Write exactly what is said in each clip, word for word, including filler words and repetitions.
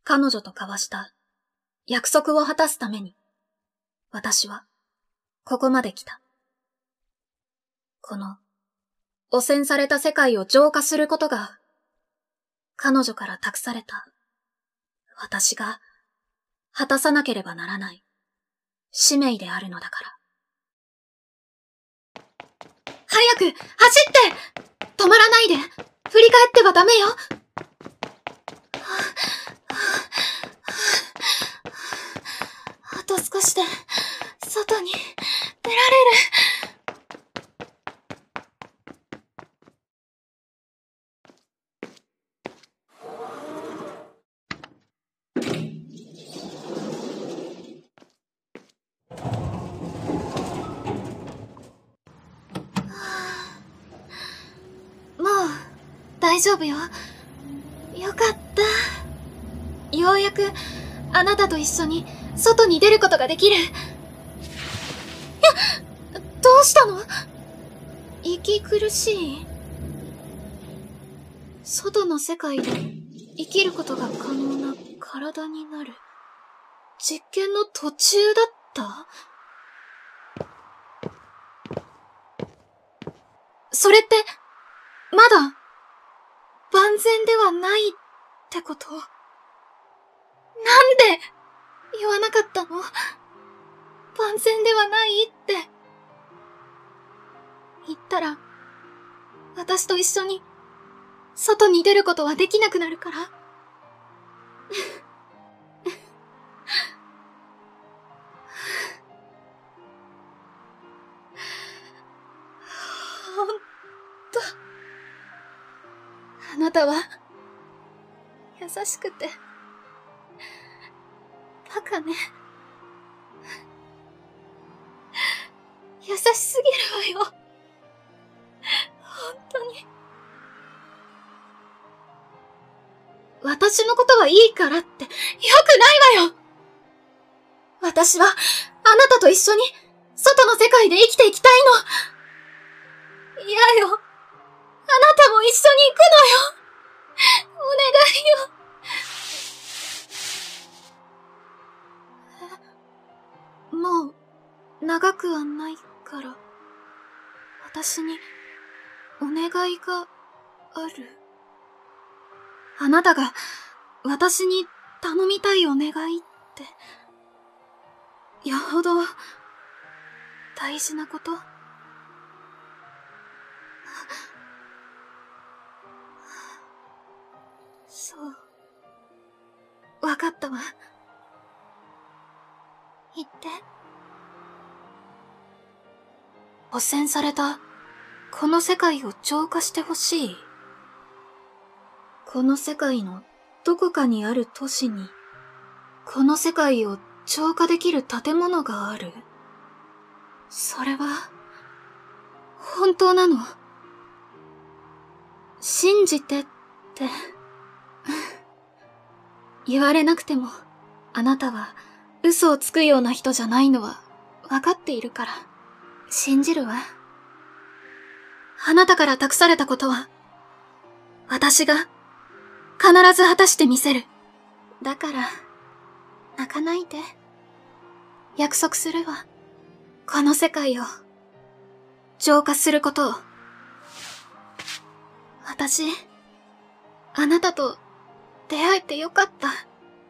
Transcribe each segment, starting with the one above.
彼女と交わした約束を果たすために、私はここまで来た。この汚染された世界を浄化することが、彼女から託された私が果たさなければならない使命であるのだから。早く走って止まらないで振り返ってはダメよ。あと少しで外に出られる。大丈夫よ。よかった。ようやくあなたと一緒に外に出ることができる。いや、どうしたの？息苦しい？外の世界で生きることが可能な体になる。実験の途中だった？それって、まだ万全ではないってこと？なんで言わなかったの？万全ではないって。言ったら、私と一緒に外に出ることはできなくなるから。ほんと。あなたは、優しくて、バカね。優しすぎるわよ。本当に。私のことはいいからって、よくないわよ。私は、あなたと一緒に、外の世界で生きていきたいの。嫌よ。あなたも一緒に行くのよ。お願いよ。もう、長くはないから、私に、お願いがある。あなたが、私に頼みたいお願いって、よほど、大事なこと？そう。わかったわ。言って。汚染された、この世界を浄化してほしい。この世界のどこかにある都市に、この世界を浄化できる建物がある。それは、本当なの？信じてって、言われなくても、あなたは嘘をつくような人じゃないのはわかっているから、信じるわ。あなたから託されたことは、私が必ず果たしてみせる。だから、泣かないで。約束するわ。この世界を浄化することを。私、あなたと出会えてよかった。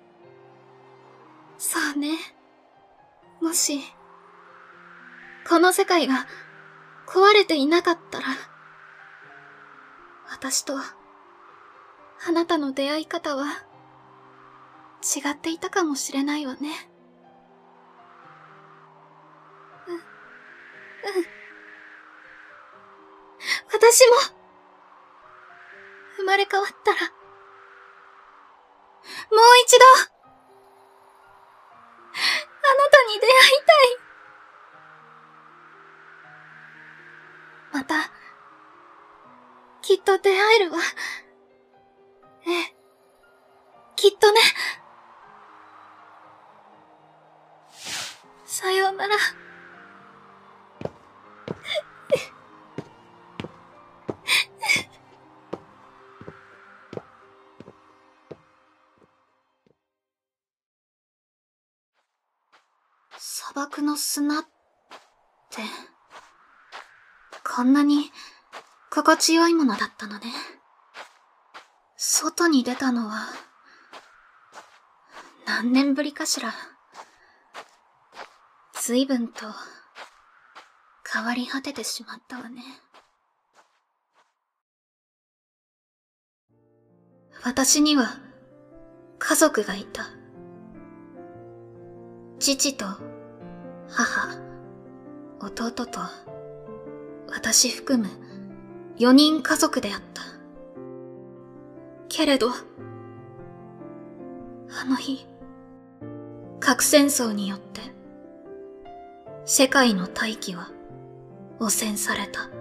そうね。もし、この世界が壊れていなかったら、私とあなたの出会い方は違っていたかもしれないわね。うん、うん。私も、生まれ変わったら、もう一度、あなたに出会いたい。また、きっと出会えるわ。ええ、きっとね。さようなら。 砂漠の砂って、こんなに心地よいものだったのね。外に出たのは、何年ぶりかしら。随分と変わり果ててしまったわね。私には家族がいた。父と母、弟と私含むよにん家族であった。けれど、あの日、核戦争によって世界の大気は汚染された。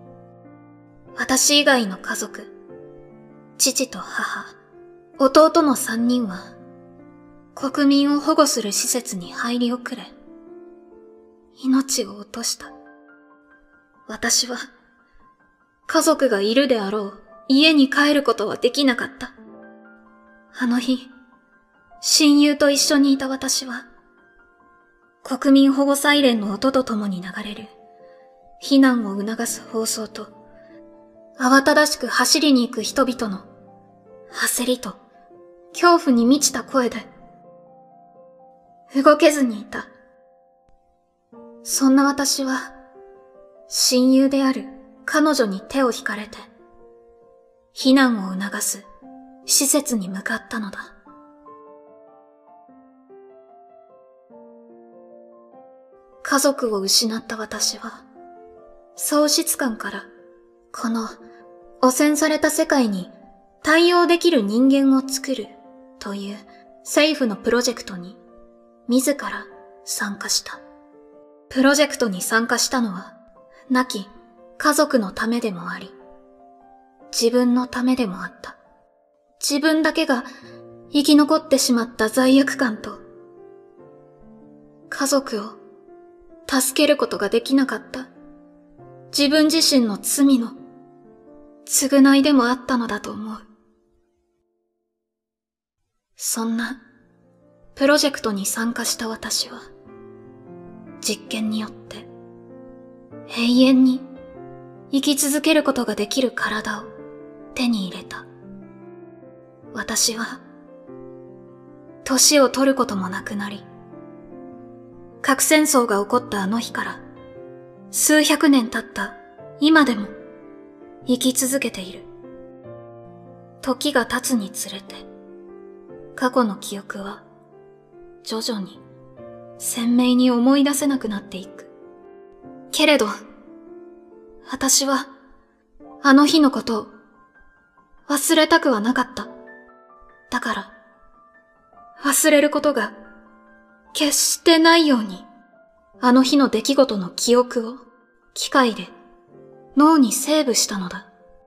私以外の家族、父と母、弟の三人は国民を保護する施設に入り遅れ、命を落とした。私は家族がいるであろう家に帰ることはできなかった。あの日、親友と一緒にいた私は、国民保護サイレンの音とともに流れる避難を促す放送と、慌ただしく走りに行く人々の焦りと恐怖に満ちた声で、動けずにいた。そんな私は、親友である彼女に手を引かれて、避難を促す施設に向かったのだ。家族を失った私は、喪失感からこの汚染された世界に対応できる人間を作るという政府のプロジェクトに自ら参加した。プロジェクトに参加したのは亡き家族のためでもあり、自分のためでもあった。自分だけが生き残ってしまった罪悪感と、家族を助けることができなかった自分自身の罪の償いでもあったのだと思う。そんなプロジェクトに参加した私は、実験によって永遠に生き続けることができる体を手に入れた。私は年を取ることもなくなり、核戦争が起こったあの日から数百年経った今でも生き続けている。時が経つにつれて過去の記憶は徐々に鮮明に思い出せなくなっていく。けれど私はあの日のことを忘れたくはなかった。だから忘れることが決してないように、あの日の出来事の記憶を機械で脳にセーブしたのだ。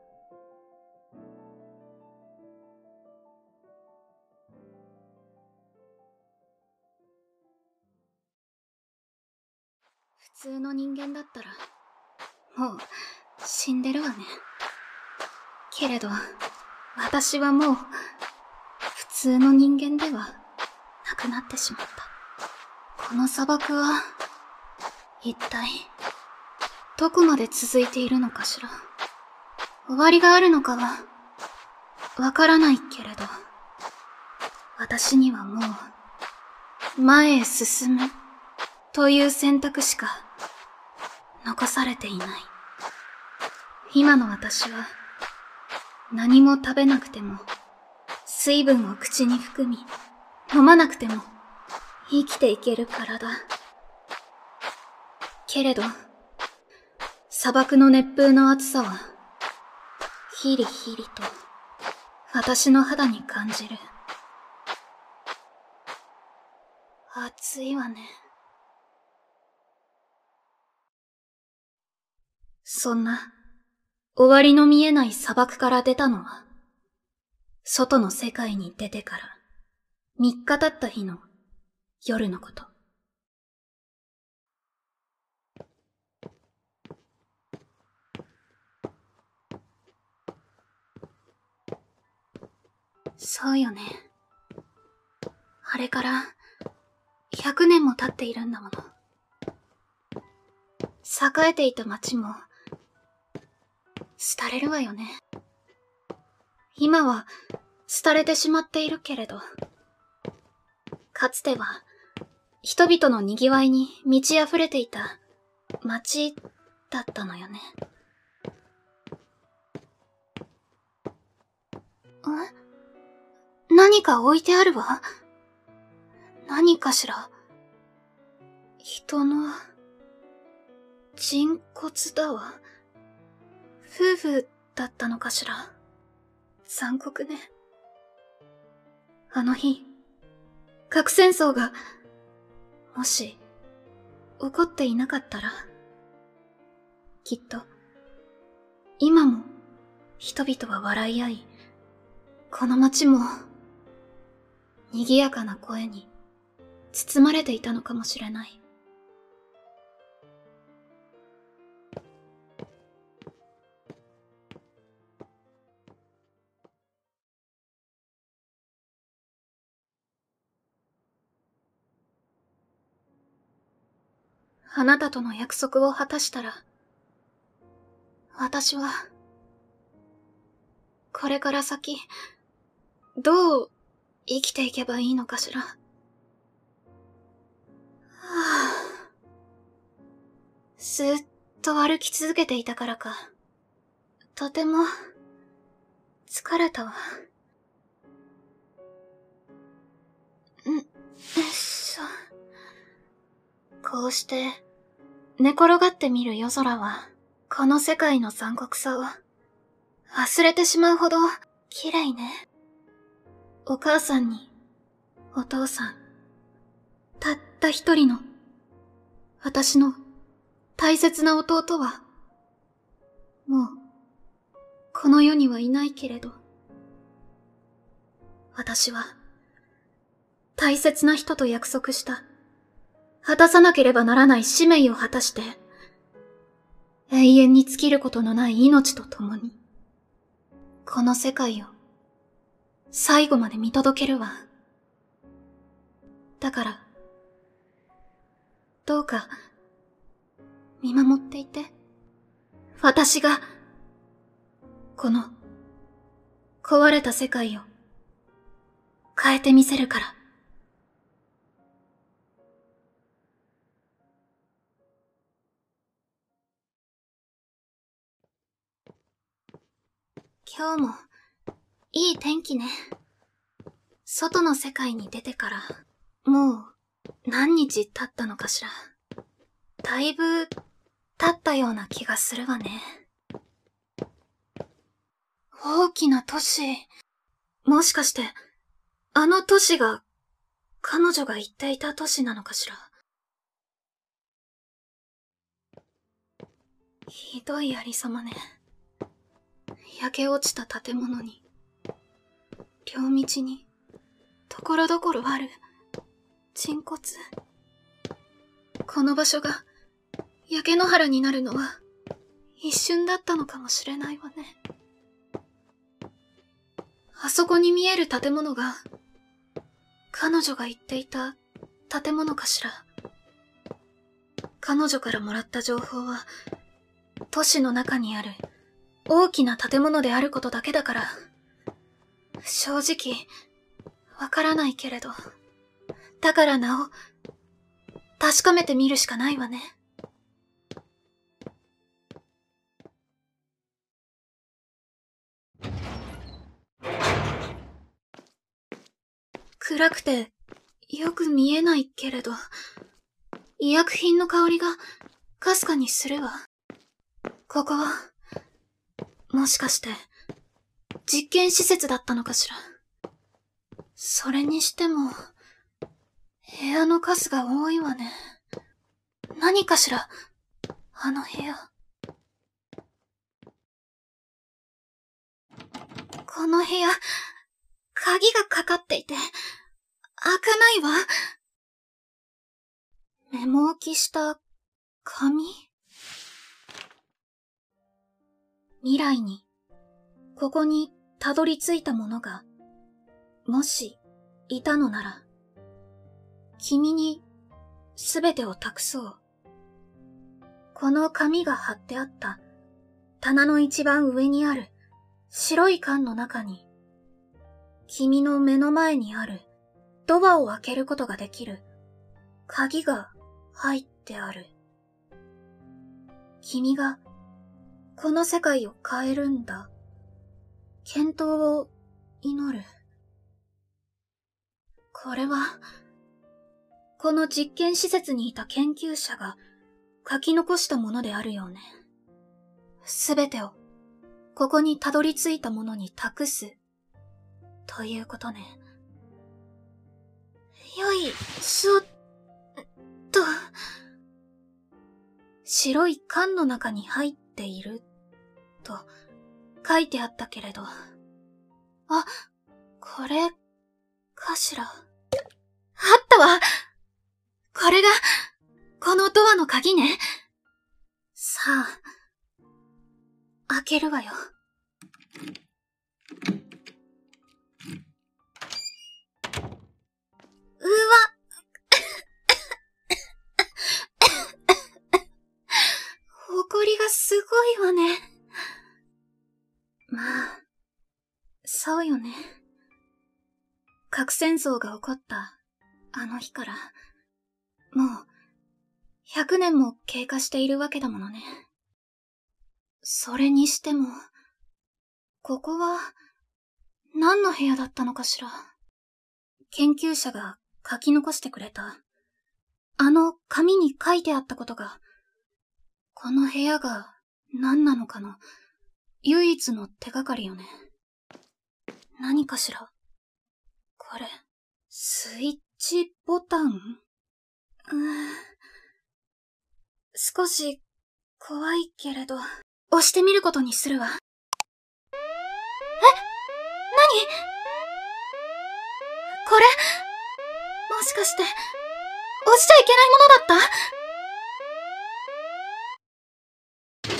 普通の人間だったらもう死んでるわね。けれど私はもう普通の人間ではなくなってしまった。この砂漠は一体どこまで続いているのかしら。終わりがあるのかはわからないけれど、私にはもう前へ進むという選択しか残されていない。今の私は何も食べなくても水分を口に含み、飲まなくても生きていけるからだ。けれど砂漠の熱風の暑さはヒリヒリと私の肌に感じる。暑いわね。そんな終わりの見えない砂漠から出たのは、外の世界に出てからみっか経った日の夜のこと。そうよね。あれからひゃくねんも経っているんだもの。栄えていた町も、廃れるわよね。今は、廃れてしまっているけれど、かつては、人々の賑わいに満ち溢れていた町だったのよね。え？何か置いてあるわ。何かしら。人の、人骨だわ。夫婦だったのかしら。残酷ね。あの日、核戦争が、もし、起こっていなかったら、きっと、今も、人々は笑い合い、この街も、賑やかな声に、包まれていたのかもしれない。あなたとの約束を果たしたら、私は、これから先、どう生きていけばいいのかしら。はあ、ずっと歩き続けていたからか、とても、疲れたわ。ん、よいしょ。こうして、寝転がってみる夜空は、この世界の残酷さを、忘れてしまうほど、綺麗ね。お母さんに、お父さん、たった一人の、私の大切な弟は、もう、この世にはいないけれど、私は、大切な人と約束した、果たさなければならない使命を果たして、永遠に尽きることのない命と共に、この世界を、最後まで見届けるわ。だから、どうか、見守っていて。私が、この、壊れた世界を、変えてみせるから。今日も、いい天気ね。外の世界に出てから、もう、何日経ったのかしら。だいぶ、経ったような気がするわね。大きな都市。もしかして、あの都市が、彼女が言っていた都市なのかしら。ひどいありさまね。焼け落ちた建物に、両道に、ところどころある、人骨。この場所が、焼け野原になるのは、一瞬だったのかもしれないわね。あそこに見える建物が、彼女が言っていた建物かしら。彼女からもらった情報は、都市の中にある大きな建物であることだけだから、正直、わからないけれど、だからなお、確かめてみるしかないわね。暗くて、よく見えないけれど、医薬品の香りが、かすかにするわ。ここは、もしかして、実験施設だったのかしら。それにしても、部屋の数が多いわね。何かしら、あの部屋。この部屋、鍵がかかっていて、開かないわ。メモ置きした紙？未来に、ここにたどり着いたものが、もし、いたのなら、 君にすべてを託そう。この紙が貼ってあった棚の一番上にある白い缶の中に、君の目の前にあるドアを開けることができる鍵が入ってある。君がこの世界を変えるんだ。健闘を祈る。これは、この実験施設にいた研究者が書き残したものであるよね。すべてをここにたどり着いたものに託すということね。よいしょっと。白い缶の中に入っていると書いてあったけれど。あ、これかしら。あったわ。これがこのドアの鍵ね。さあ、開けるわよ。うわ。埃がすごいわね。まあ、そうよね。核戦争が起こったあの日から、もう、ひゃくねんも経過しているわけだものね。それにしても、ここは、何の部屋だったのかしら。研究者が書き残してくれた、あの紙に書いてあったことが、この部屋が何なのかの唯一の手がかりよね。何かしら。これ、スイッチボタン？うーん。少し怖いけれど、押してみることにするわ。え？何？これ、もしかして、押しちゃいけないものだった？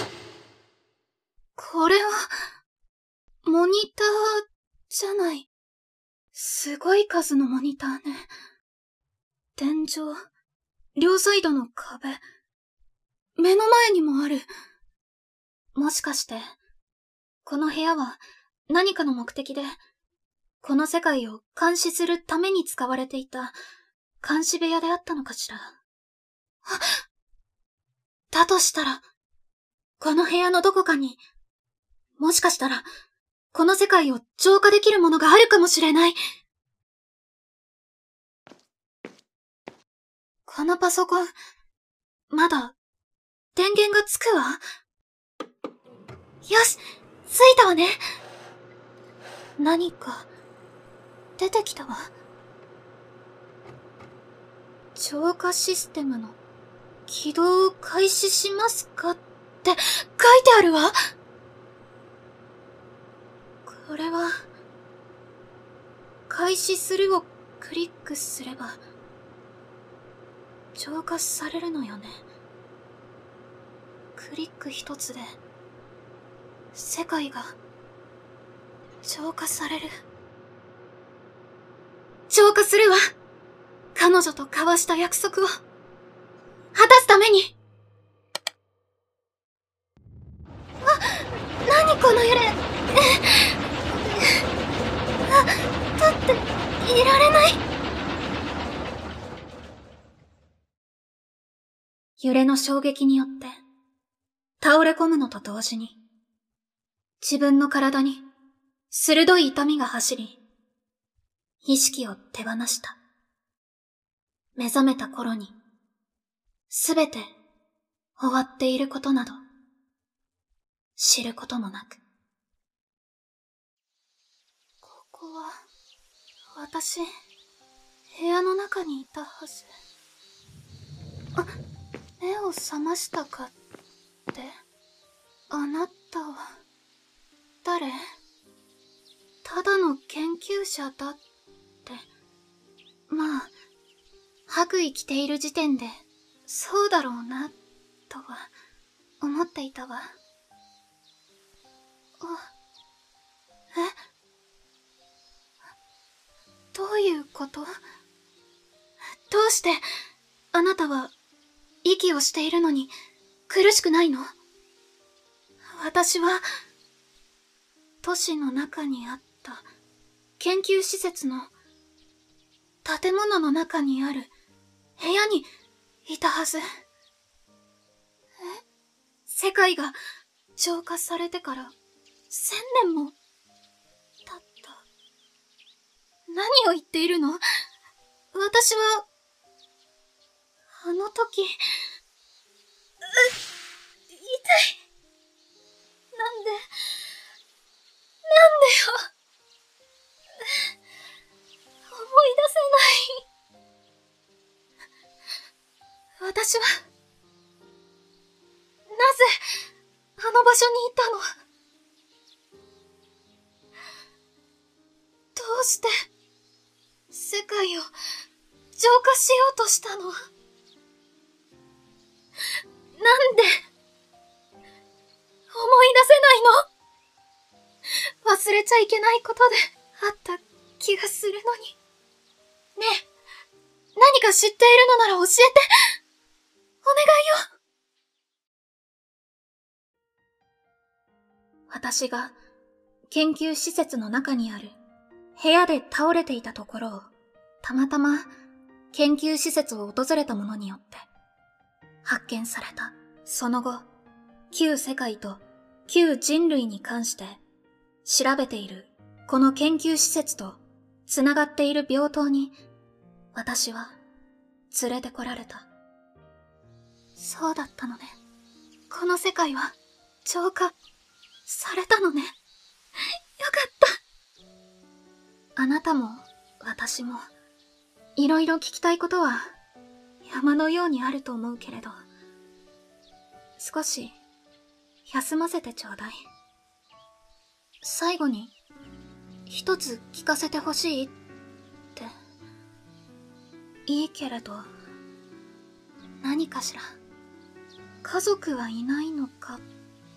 これは、モニターじゃない。すごい数のモニターね。天井、両サイドの壁、目の前にもある。もしかして、この部屋は何かの目的で、この世界を監視するために使われていた監視部屋であったのかしら。あ、だとしたら、この部屋のどこかに、もしかしたら、この世界を浄化できるものがあるかもしれない。このパソコン、まだ、電源がつくわ。よし、ついたわね。何か、出てきたわ。浄化システムの起動を開始しますかって書いてあるわ。これは、開始するをクリックすれば、浄化されるのよね。クリック一つで、世界が、浄化される。浄化するわ。彼女と交わした約束を、果たすために。あ、何この揺れ。あ、立っていられない。揺れの衝撃によって倒れ込むのと同時に、自分の体に鋭い痛みが走り、意識を手放した。目覚めた頃に、すべて終わっていることなど、知ることもなく。ここは、私、部屋の中にいたはず。あ、目を覚ましたかって、あなたは、誰？ただの研究者だって。まあ、白衣着ている時点で、そうだろうな、とは、思っていたわ。あ、え？どういうこと？どううして、あなたは、息をしているのに、苦しくないの？私は、都市の中にあった、研究施設の、建物の中にある、部屋に、いたはず。え？世界が、浄化されてから、千年も、経った。何を言っているの？私は、あの時、う、痛い。なんで、なんでよ。思い出せない。私は、なぜ、あの場所にいたの？どうして、世界を浄化しようとしたの？なんで、思い出せないの？忘れちゃいけないことであった気がするのに。ねえ、何か知っているのなら教えて。お願いよ。私が研究施設の中にある部屋で倒れていたところを、たまたま研究施設を訪れた者によって発見された。その後、旧世界と旧人類に関して調べているこの研究施設とつながっている病棟に私は連れてこられた。そうだったのね。この世界は浄化されたのね。よかった。あなたも私もいろいろ聞きたいことは山のようにあると思うけれど、少し休ませてちょうだい。最後に一つ聞かせてほしいって。いいけれど、何かしら。家族はいないのかって。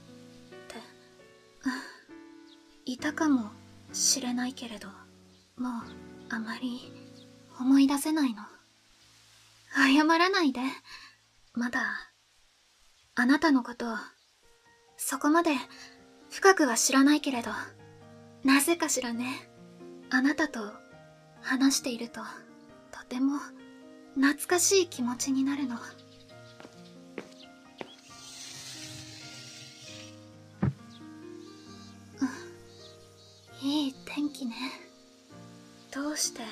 いたかもしれないけれど、もうあまり思い出せないの。謝らないで。まだあなたのことをそこまで深くは知らないけれど、なぜかしらね。あなたと話しているととても懐かしい気持ちになるの。うん、いい天気ね。どうして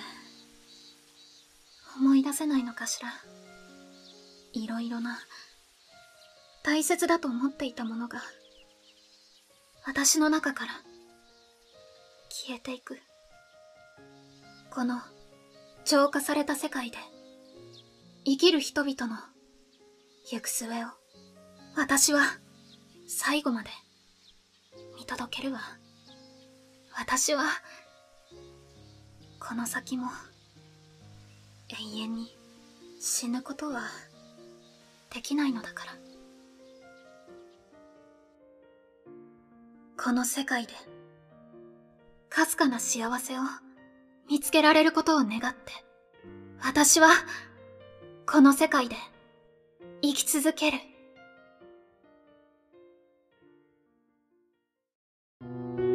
思い出せないのかしら。いろいろな大切だと思っていたものが私の中から消えていく。この浄化された世界で生きる人々の行く末を私は最後まで見届けるわ。私はこの先も永遠に死ぬことはできないのだから。この世界でかすかな幸せを見つけられることを願って、私はこの世界で生き続ける。